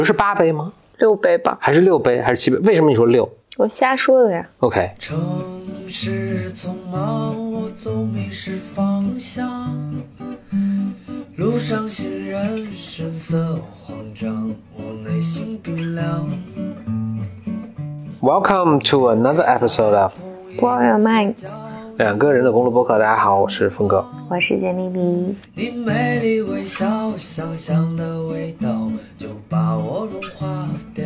不是8杯吗 ？6杯吧， 还是6杯，还是7杯？为什么你说6？ 我瞎说的呀。 OK。 城市匆忙，我总迷失方向，路上行人神色慌张，我内心冰凉。 Welcome to another episode of Blow Your Mind， 两个人的公路播客。大家好，我是峰哥， 我是简丽丽。 你美丽微笑，香香的味道就把我融化掉。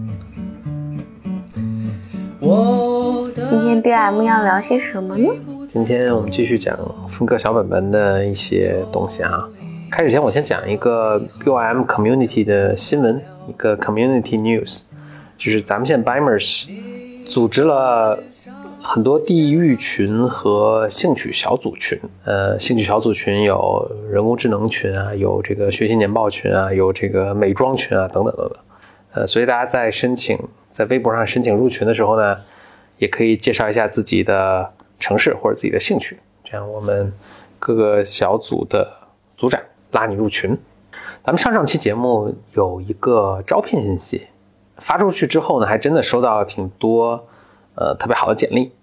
今天 BM 要聊些什么呢？ 今天我们继续讲峰哥小本本的一些东西啊。开始前我先讲一个 BOM community 的新闻，一个 community news， 就是咱们现在 BIMers 组织了很多地域群和兴趣小组群。兴趣小组群有人工智能群啊，有这个学习年报群啊，有这个美妆群啊，等等等等。所以大家在微博上申请入群的时候呢，也可以介绍一下自己的城市或者自己的兴趣，这样我们各个小组的组长拉你入群。咱们上期节目有一个招聘信息发出去之后呢，还真的收到了挺多特别好的简历。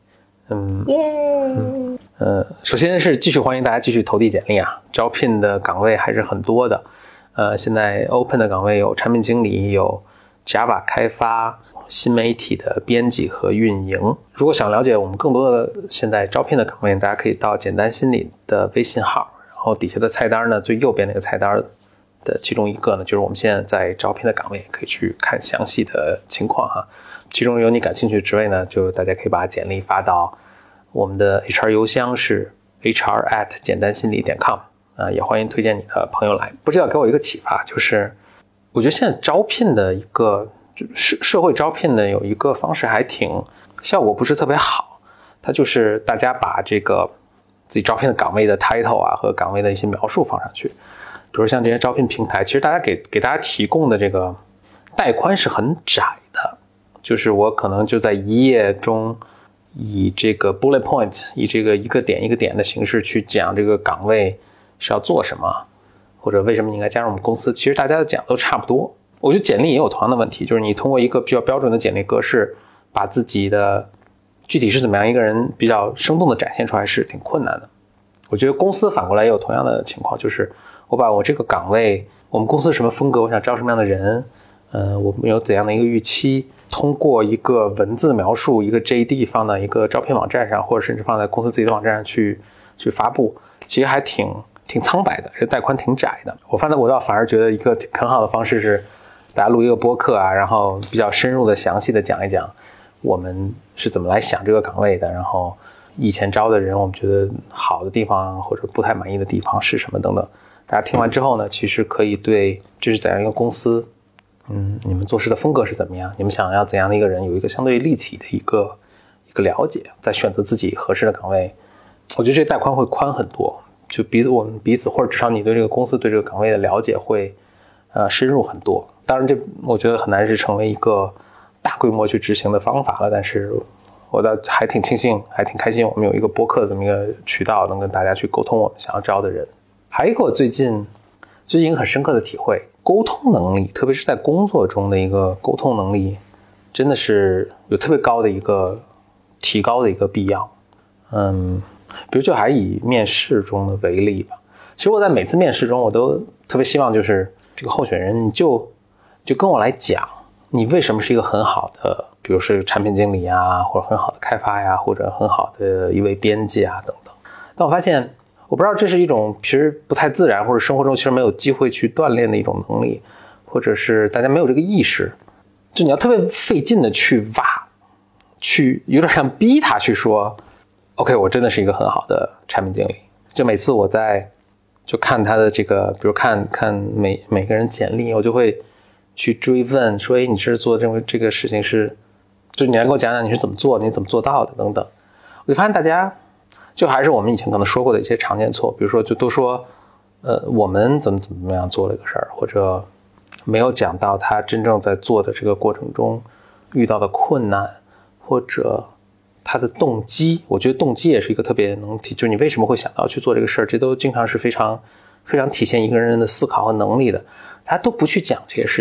首先是继续欢迎大家继续投递简历啊，招聘的岗位还是很多的。现在 open 的岗位有产品经理，有 Java 开发，新媒体的编辑和运营。如果想了解我们更多的现在招聘的岗位，大家可以到简单心理的微信号，然后底下的菜单呢，最右边那个菜单的其中一个呢，就是我们现在在招聘的岗位，可以去看详细的情况哈。其中有你感兴趣的职位呢，就大家可以把简历发到我们的 HR 邮箱是 hr@ 简单心理.com 也欢迎推荐你的朋友来。不知道给我一个启发，就是我觉得现在招聘的一个社会招聘的有一个方式还挺效果不是特别好，它就是大家把这个自己招聘的岗位的 title 啊和岗位的一些描述放上去。比如像这些招聘平台，其实大家给大家提供的这个带宽是很窄的，就是我可能就在一页中以这个 bullet point， 以这个一个点一个点的形式去讲这个岗位是要做什么，或者为什么你应该加入我们公司。其实大家的讲都差不多。我觉得简历也有同样的问题，就是你通过一个比较标准的简历格式，把自己的具体是怎么样一个人比较生动的展现出来是挺困难的。我觉得公司反过来也有同样的情况，就是我把我这个岗位，我们公司什么风格，我想招什么样的人，我们有怎样的一个预期，通过一个文字描述，一个 JD 放到一个招聘网站上，或者甚至放在公司自己的网站上去发布，其实还挺苍白的，这个带宽挺窄的。我倒反而觉得一个很好的方式是大家录一个播客啊，然后比较深入的详细的讲一讲我们是怎么来想这个岗位的，然后以前招的人我们觉得好的地方或者不太满意的地方是什么等等。大家听完之后呢，其实可以对这是怎样一个公司，你们做事的风格是怎么样，你们想要怎样的一个人有一个相对立体的一个了解，再选择自己合适的岗位。我觉得这带宽会宽很多，就我们彼此或者至少你对这个公司对这个岗位的了解会深入很多。当然这我觉得很难是成为一个大规模去执行的方法了，但是我倒还挺庆幸还挺开心我们有一个播客的这么一个渠道，能跟大家去沟通我们想要招的人。还有一个我最近很深刻的体会，沟通能力，特别是在工作中的一个沟通能力，真的是有特别高的一个提高的一个必要。比如就还以面试中的为例吧，其实我在每次面试中我都特别希望就是这个候选人你就跟我来讲你为什么是一个很好的，比如是产品经理啊，或者很好的开发呀，或者很好的一位编辑啊等等。但我发现我不知道这是一种其实不太自然，或者生活中其实没有机会去锻炼的一种能力，或者是大家没有这个意识，就你要特别费劲的去挖，去有点像逼他去说 OK 我真的是一个很好的产品经理。就每次我就看他的这个，比如看每个人简历，我就会去追问说你是做这个事情是，就你来跟我讲讲你是怎么做的，你怎么做到的等等。我就发现大家就还是我们以前可能说过的一些常见错，比如说就都说我们怎么样做了一个事儿，或者没有讲到他真正在做的这个过程中遇到的困难，或者他的动机。我觉得动机也是一个特别能体，就是你为什么会想到去做这个事儿，这都经常是非常非常体现一个人的思考和能力的。大家都不去讲这些事情，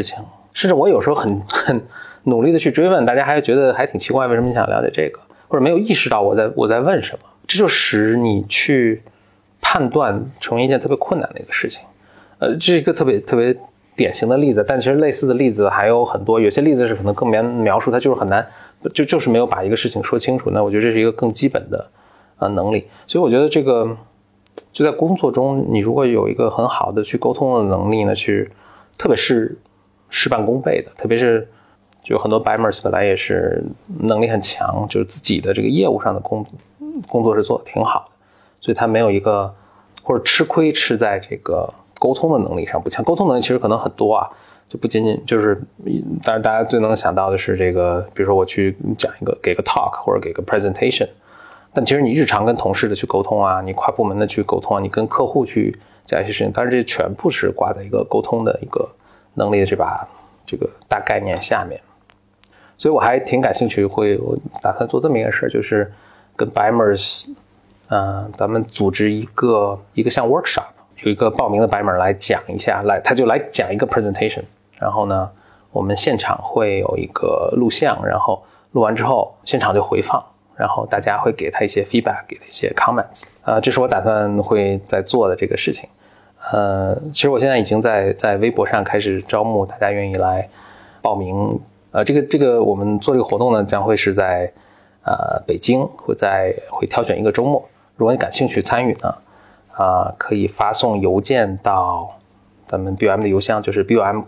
甚至我有时候很努力的去追问，大家还觉得还挺奇怪，为什么你想了解这个，或者没有意识到我在问什么，这就使你去判断成为一件特别困难的一个事情。这是一个特别典型的例子，但其实类似的例子还有很多，有些例子是可能更描述它就是很难，就是没有把一个事情说清楚。那我觉得这是一个更基本的能力。所以我觉得这个就在工作中，你如果有一个很好的去沟通的能力呢，特别是事半功倍的，特别是就很多 BIMers 本来也是能力很强，就是自己的这个业务上的工作是做得挺好的，所以他没有一个或者吃在这个沟通的能力上不强。沟通能力其实可能很多啊，就不仅仅就是当然大家最能想到的是这个，比如说我去给个 talk 或者给个 presentation， 但其实你日常跟同事的去沟通啊，你跨部门的去沟通啊，你跟客户去讲一些事情，当然这全部是挂在一个沟通的一个能力的这个大概念下面。所以我还挺感兴趣，我打算做这么一个事，就是跟 BIMers咱们组织一个像 workshop， 有一个报名的 BIMer 来讲一下，他就来讲一个 presentation， 然后呢我们现场会有一个录像，然后录完之后现场就回放，然后大家会给他一些 feedback， 给他一些 comments， 这是我打算会在做的这个事情。其实我现在已经在微博上开始招募大家愿意来报名。这个我们做这个活动呢，将会是在北京，会挑选一个周末。如果你感兴趣参与呢，可以发送邮件到咱们 BOM 的邮箱，就是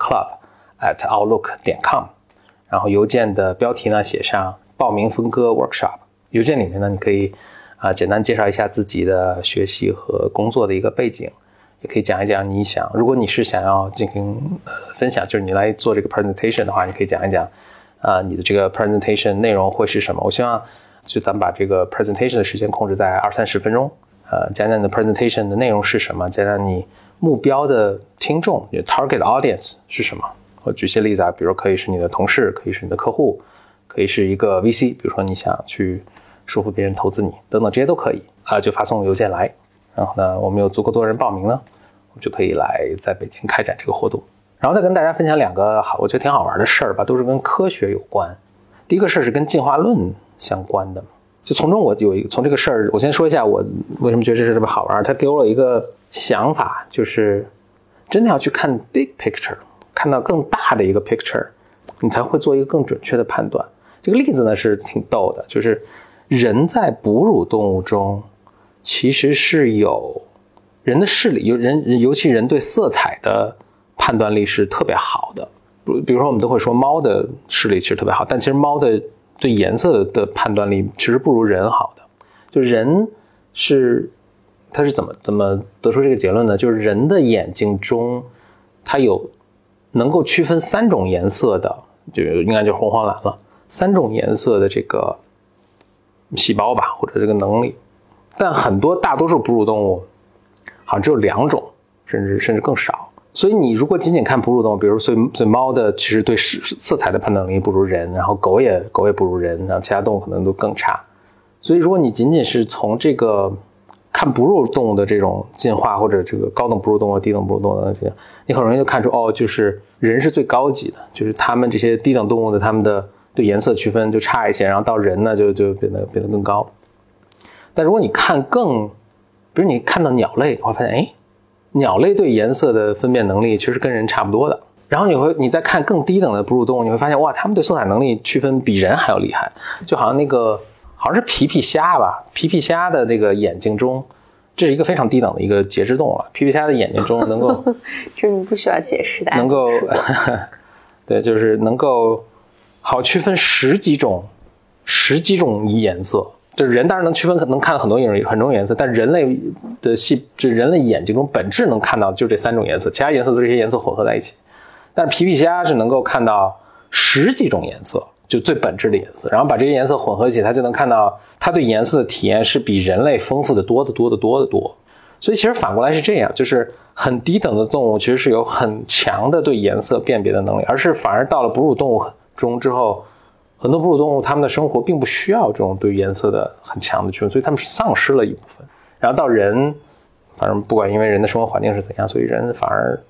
bomclub@outlook.com， 然后邮件的标题呢写上报名分割 workshop。邮件里面呢，你可以简单介绍一下自己的学习和工作的一个背景，也可以讲一讲如果你是想要进行分享，就是你来做这个 presentation 的话，你可以讲一讲你的这个 presentation 内容会是什么。我希望就咱们把这个 presentation 的时间控制在20-30分钟，讲讲你的 presentation 的内容是什么，讲讲你目标的听众，你的 target audience 是什么。我举些例子啊，比如可以是你的同事，可以是你的客户，可以是一个 VC， 比如说你想去说服别人投资你等等，这些都可以就发送邮件来。然后呢，我们有足够多人报名呢，我们就可以来在北京开展这个活动。然后再跟大家分享2个我觉得挺好玩的事儿吧，都是跟科学有关。第一个事儿是跟进化论相关的，就从中从这个事儿，我先说一下我为什么觉得这事特别好玩。它给我一个想法，就是真的要去看 big picture， 看到更大的一个 picture， 你才会做一个更准确的判断。这个例子呢是挺逗的，就是人在哺乳动物中其实是有人的视力，尤其人对色彩的判断力是特别好的。比如说我们都会说猫的视力其实特别好，但其实猫的对颜色的判断力其实不如人好的。就人他是怎么得出这个结论呢？就是人的眼睛中它有能够区分3种颜色的，就应该就是红黄蓝了，3种颜色的这个细胞吧，或者这个能力。但大多数哺乳动物好像只有2种，甚至更少。所以你如果仅仅看哺乳动物，比如所以猫的其实对色彩的判断力不如人，然后狗也不如人，然后其他动物可能都更差。所以如果你仅仅是从这个看哺乳动物的这种进化，或者这个高等哺乳动物低等哺乳动物的这个，你很容易就看出就是人是最高级的，就是他们这些低等动物的他们的对颜色区分就差一些，然后到人呢就变得更高。但如果你比如你看到鸟类，会发现鸟类对颜色的分辨能力其实跟人差不多的。然后你再看更低等的哺乳动物，你会发现哇，他们对色彩能力区分比人还要厉害。就好像是皮皮虾吧，皮皮虾的这个眼睛中，这是一个非常低等的一个节肢动物了。皮皮虾的眼睛中能够这你不需要解释的， 能够对，就是能够好区分十几种颜色。就是人当然能区分，能看到很多颜色，但人类眼睛中本质能看到就这3种颜色，其他颜色都是这些颜色混合在一起。但是皮皮虾是能够看到10几种颜色，就最本质的颜色，然后把这些颜色混合起来，它就能看到它对颜色的体验是比人类丰富的多得多得多得多。所以其实反过来是这样，就是很低等的动物其实是有很强的对颜色辨别的能力，反而到了哺乳动物中之后，很多哺乳动物它们的生活并不需要这种对颜色的很强的区分，所以它们丧失了一部分。然后到人，反正不管因为人的生活环境是怎样，所以人反而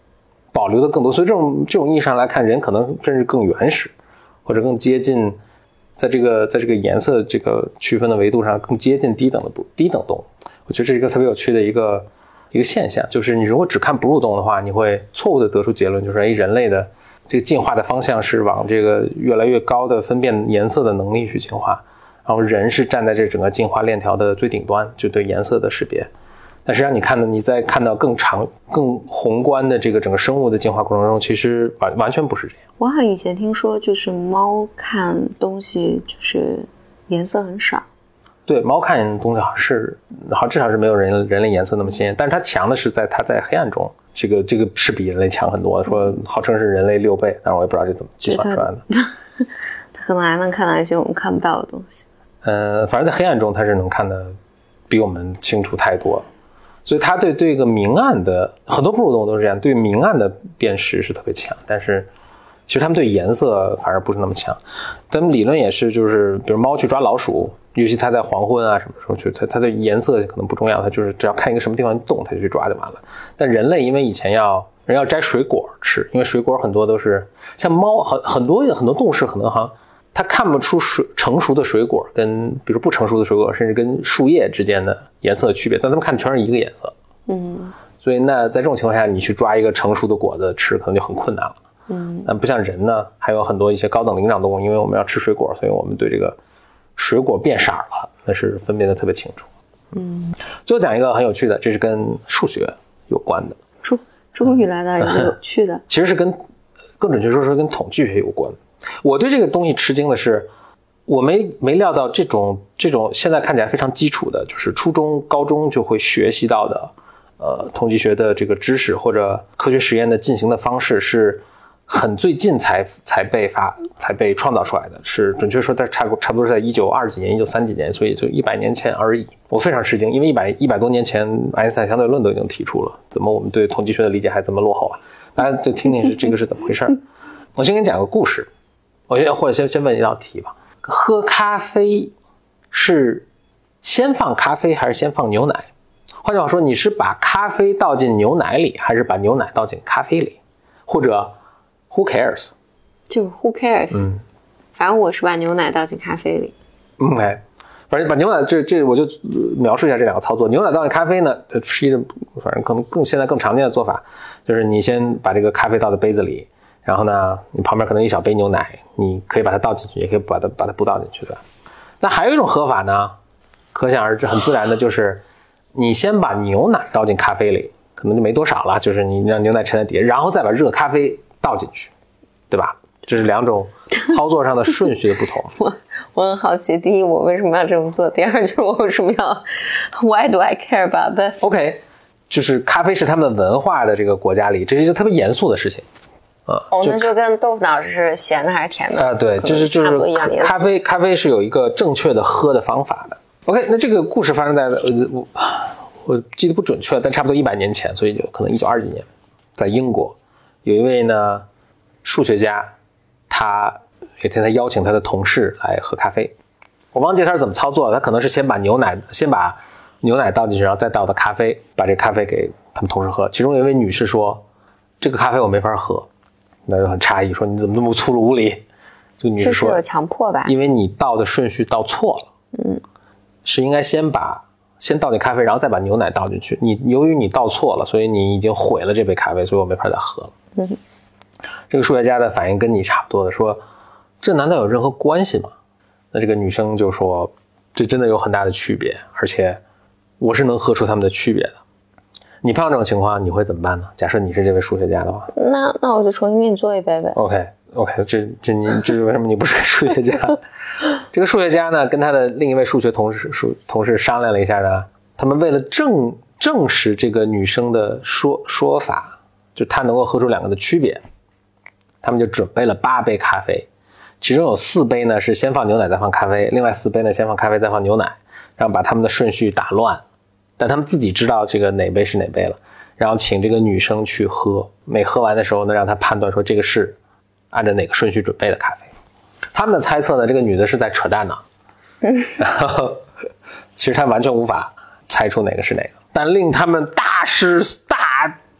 保留的更多，所以这种意义上来看，人可能甚至更原始，或者更接近，在这个颜色这个区分的维度上更接近低等动物。我觉得这是一个特别有趣的一个现象，就是你如果只看哺乳动物的话，你会错误的得出结论，就是人类的这个进化的方向是往这个越来越高的分辨颜色的能力去进化，然后人是站在这整个进化链条的最顶端，就对颜色的识别。但实际上你在看到更长更宏观的这个整个生物的进化过程中，其实完全不是这样。 我好像以前听说，就是猫看东西就是颜色很少。 对，猫看东西至少是没有人类颜色那么鲜艳，但是它强的是它在黑暗中，这个是比人类强很多的，说号称是人类6倍，但是我也不知道这怎么计算出来的。 它可能还能看到一些我们看不到的东西。 反正在黑暗中它是能看得比我们清楚太多了。所以它对这个明暗的，很多哺乳动物都是这样，对明暗的辨识是特别强，但是其实它们对颜色反而不是那么强。咱们理论也是，就是比如猫去抓老鼠，尤其它在黄昏啊什么时候去，它的颜色可能不重要，它就是只要看一个什么地方动，它就去抓就完了。但人类因为以前人要摘水果吃，因为水果很多都是像猫很多动物是可能好像它看不出成熟的水果跟比如不成熟的水果甚至跟树叶之间的颜色的区别，但它们看全是一个颜色。所以那在这种情况下你去抓一个成熟的果子吃可能就很困难了。但不像人呢，还有很多一些高等灵长动物，因为我们要吃水果，所以我们对这个水果变色了那是分辨得特别清楚。最后讲一个很有趣的，这是跟数学有关的。 终于来到一个有趣的其实是更准确说是跟统计学有关。我对这个东西吃惊的是，我没料到这种现在看起来非常基础的，就是初中高中就会学习到的统计学的这个知识或者科学实验的进行的方式是很最近才被创造出来的，是准确说它差不多是在1920几年1930几年，所以就100年前而已。我非常吃惊，因为100多年前爱因斯坦相对论都已经提出了，怎么我们对统计学的理解还这么落后啊？大家就听听这个是怎么回事。我先给你讲个故事，或者先问一道题吧。喝咖啡是先放咖啡还是先放牛奶？换句话说，你是把咖啡倒进牛奶里还是把牛奶倒进咖啡里？或者 who cares？ 就 who cares？反正我是把牛奶倒进咖啡里。 OK， 反正把牛奶这我就描述一下这两个操作。牛奶倒进咖啡呢，是一种反正可能现在更常见的做法，就是你先把这个咖啡倒在杯子里，然后呢，你旁边可能一小杯牛奶，你可以把它倒进去，也可以把它不倒进去，对吧？那还有一种喝法呢，可想而知，很自然的就是你先把牛奶倒进咖啡里，可能就没多少了，就是你让牛奶沉在底下，然后再把热咖啡倒进去，对吧？这是两种操作上的顺序的不同。 我很好奇，第一，我为什么要这么做？第二，就是我为什么要 Why do I care about this？ OK， 就是咖啡是他们文化的这个国家里，这是一个特别严肃的事情。 那就跟豆腐脑是咸的还是甜的？ 对，就是咖啡是有一个正确的喝的方法的。OK， 那这个故事发生在我记得不准确，但差不多100年前，所以就可能1920几年，在英国有一位呢数学家，他有一天他邀请他的同事来喝咖啡，我忘记他是怎么操作，他可能是先把牛奶倒进去，然后再倒的咖啡，把这个咖啡给他们同事喝。其中有一位女士说，这个咖啡我没法喝，那就很诧异，说你怎么这么粗鲁无礼？这个女士说， 这是有强迫吧？ 因为你倒的顺序倒错了，是应该先倒进咖啡，然后再把牛奶倒进去。由于你倒错了，所以你已经毁了这杯咖啡，所以我没法再喝了。这个数学家的反应跟你差不多的，说这难道有任何关系吗？那这个女生就说，这真的有很大的区别，而且我是能喝出他们的区别的。你碰到这种情况你会怎么办呢？假设你是这位数学家的话， 那我就重新给你做一杯呗。 OK， 这是为什么你不是个数学家？这个数学家呢，跟他的另一位数学同事商量了一下呢，他们为了证实这个女生的说法，就她能够喝出两个的区别，他们就准备了8杯咖啡，其中有4杯呢是先放牛奶再放咖啡，另外4杯呢先放咖啡再放牛奶，然后把他们的顺序打乱，但他们自己知道这个哪杯是哪杯了，然后请这个女生去喝，每喝完的时候呢，让她判断说这个是按照哪个顺序准备的咖啡。他们的猜测呢，这个女的是在扯淡呢，然后其实她完全无法猜出哪个是哪个，但令他们大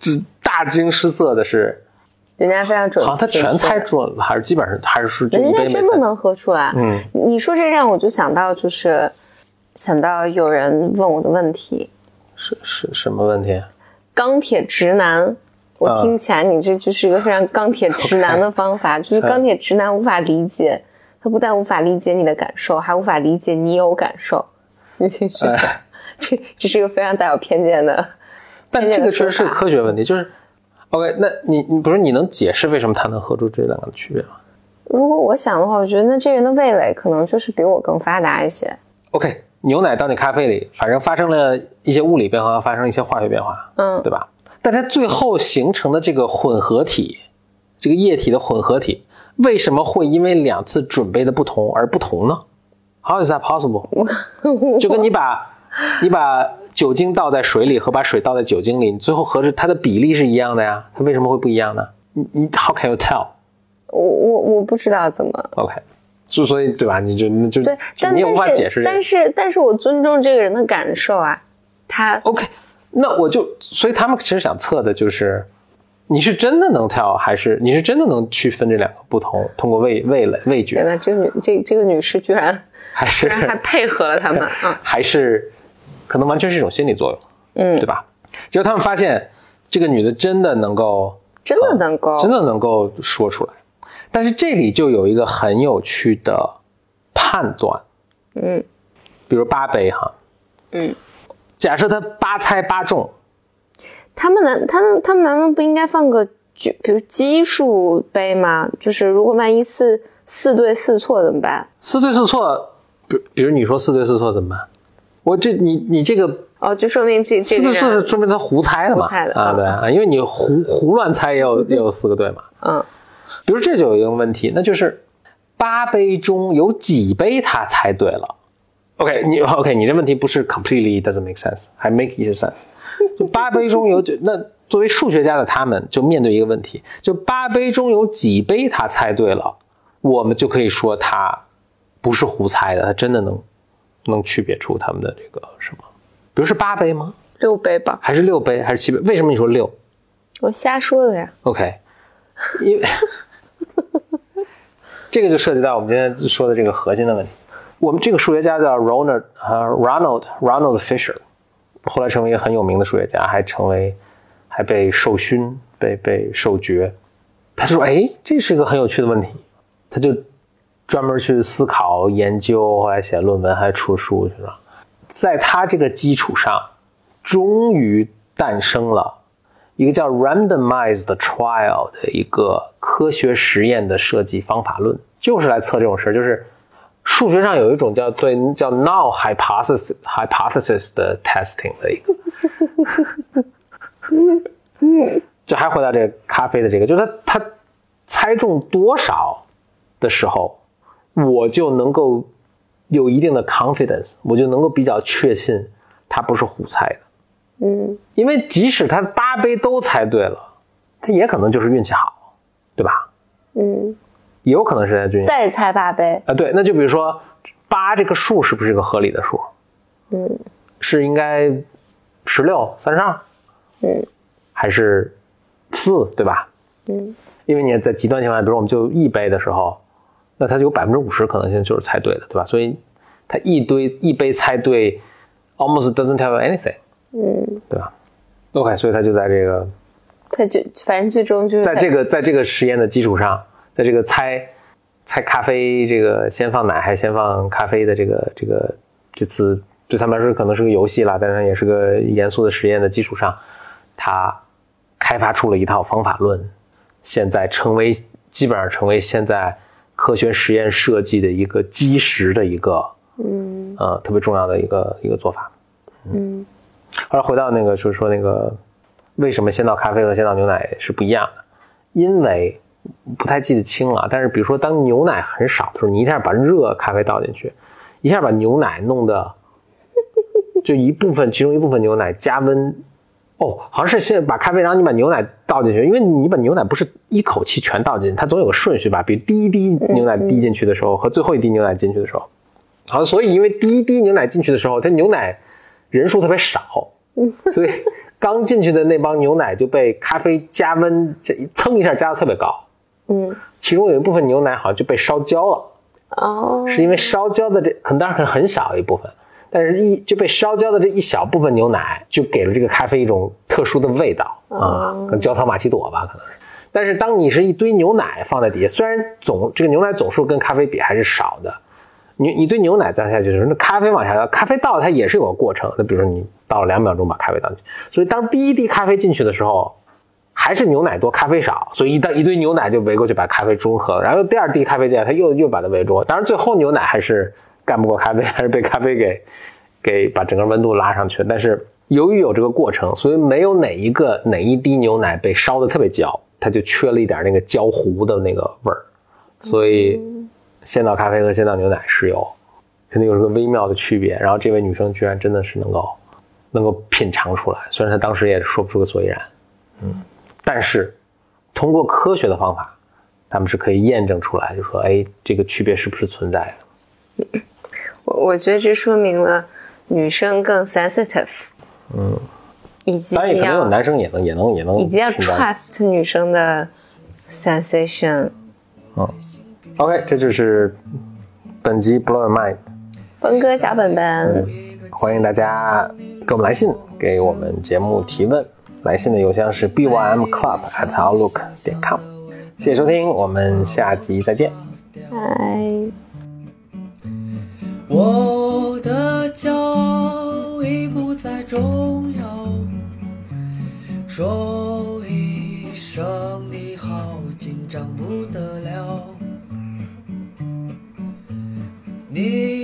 大惊失色的是， 人家非常准， 好像他全猜准了，还是基本上还是就人家真的能喝出来。你说这让我就想到有人问我的问题， 是什么问题？ 钢铁直男。我听起来你这就是一个非常钢铁直男的方法，就是钢铁直男无法理解，他不但无法理解你的感受，还无法理解你有感受。这是一个非常带有偏见的。 但这个确实是个科学问题，就是 OK， 那你不是你能解释为什么他能喝出这两个的区别吗？ 如果我想的话，我觉得那这人的味蕾可能就是比我更发达一些。 OK， 牛奶到你咖啡里，反正发生了一些物理变化，发生一些化学变化，对吧？但它最后形成的这个混合体，这个液体的混合体，为什么会因为2次准备的不同而不同呢？ How is that possible？ 就跟你把酒精倒在水里和把水倒在酒精里，你最后合着它的比例是一样的呀，它为什么会不一样呢？你 How can you tell？ 我不知道怎么 OK， 所以对吧？你就对， 你也无法解释这个。 但是我尊重这个人的感受啊，他 OK。那所以他们其实想测的就是你是真的能跳，还是你是真的能区分这两个不同，通过味觉。 那这个女士居然还配合了他们还是可能完全是一种心理作用，对吧？结果他们发现这个女的真的能够说出来，但是这里就有一个很有趣的判断，比如8杯哈，假设他8猜8中， 他们难道不应该放个比如奇数杯吗？就是如果万一四对4错怎么办？4对4错， 比如你说4对4错怎么办？你这个就说明这 4对4说明他胡猜的嘛？ 胡猜的对啊，因为你胡乱猜也有4个对嘛。比如这就有一个问题，那就是8杯中有几杯他猜对了。OK， 你这问题不是 completely doesn't make sense， 还 make 一些 sense。就8杯中有那作为数学家的他们就面对一个问题，就8杯中有几杯他猜对了，我们就可以说他不是胡猜的，他真的能区别出他们的这个什么？比如是8杯吗 ？6杯吧？ 还是6杯？还是7杯？为什么你说6？ 我瞎说的呀。 OK， 因为这个就涉及到我们今天说的这个核心的问题。我们这个数学家叫 Ronald Fisher， 后来成为一个很有名的数学家，还被授勋，被授爵。他说：“这是一个很有趣的问题。”他就专门去思考研究，后来写论文，还出书去了。在他这个基础上，终于诞生了一个叫 randomized trial 的一个科学实验的设计方法论，就是来测这种事，就是数学上有一种叫 null hypothesis 的 testing 的一个就还回到这个咖啡的这个，就是他猜中多少的时候，我就能够有一定的 confidence， 我就能够比较确信他不是胡猜的。因为即使他8杯都猜对了，他也可能就是运气好，对吧？也有可能是在运气再猜8杯对，那就比如说8这个数是不是一个合理的数？是应该16、32？还是4，对吧？因为你在极端情况下，比如我们就1杯的时候，那它就有50%可能性就是猜对的，对吧？所以它一杯猜对 almost doesn't tell you anything，对吧 ？OK， 所以他就在这个， 他就反正最终就是在这个实验的基础上，在这个猜咖啡这个先放奶还是先放咖啡的这次对他们来说可能是个游戏啦，但是也是个严肃的实验的基础上，他开发出了一套方法论，现在基本上成为现在科学实验设计的一个基石的一个特别重要的一个做法。后来回到那个就是说那个为什么先倒咖啡和先倒牛奶是不一样的，因为不太记得清了，但是比如说当牛奶很少的时候，你一下把热咖啡倒进去，一下把牛奶弄的就其中一部分牛奶加温，好像是先把咖啡，然后你把牛奶倒进去，因为你把牛奶不是一口气全倒进去，它总有个顺序吧，比如第一滴牛奶滴进去的时候和最后一滴牛奶进去的时候，好像所以因为第一滴牛奶进去的时候，它牛奶人数特别少，所以刚进去的那帮牛奶就被咖啡加温蹭一下加的特别高，其中有一部分牛奶好像就被烧焦了，是因为烧焦的可能当然很小一部分，但是就被烧焦的这一小部分牛奶就给了这个咖啡一种特殊的味道跟焦糖玛奇朵吧可能是。但是当你是一堆牛奶放在底下，虽然这个牛奶总数跟咖啡比还是少的，你一堆牛奶倒下去的时候，那咖啡往下倒，咖啡倒它也是有个过程。那比如说你倒了2秒钟把咖啡倒进去，所以当第一滴咖啡进去的时候，还是牛奶多咖啡少，所以一堆牛奶就围过去把咖啡中和了。然后第二滴咖啡进来，它又把它围中和。当然最后牛奶还是干不过咖啡，还是被咖啡给把整个温度拉上去。但是由于有这个过程，所以没有哪一滴牛奶被烧得特别焦，它就缺了一点那个焦糊的那个味儿。所以先倒咖啡和先倒牛奶是肯定有这个微妙的区别。然后这位女生居然真的是能够品尝出来，虽然她当时也说不出个所以然，但是通过科学的方法，他们是可以验证出来，就说这个区别是不是存在的。 我觉得这说明了女生更 sensitive，以及当然也可能有男生也能， 以及要 trust 女生的 sensation。 OK， 这就是本集 Blow Your Mind 峰哥小本本， 欢迎大家给我们来信，给我们节目提问。来信的邮箱是 bymclub@outlook.com。谢谢收听，我们下集再见。 拜。 我的骄傲已不再重要，说一声你好紧张不得了，你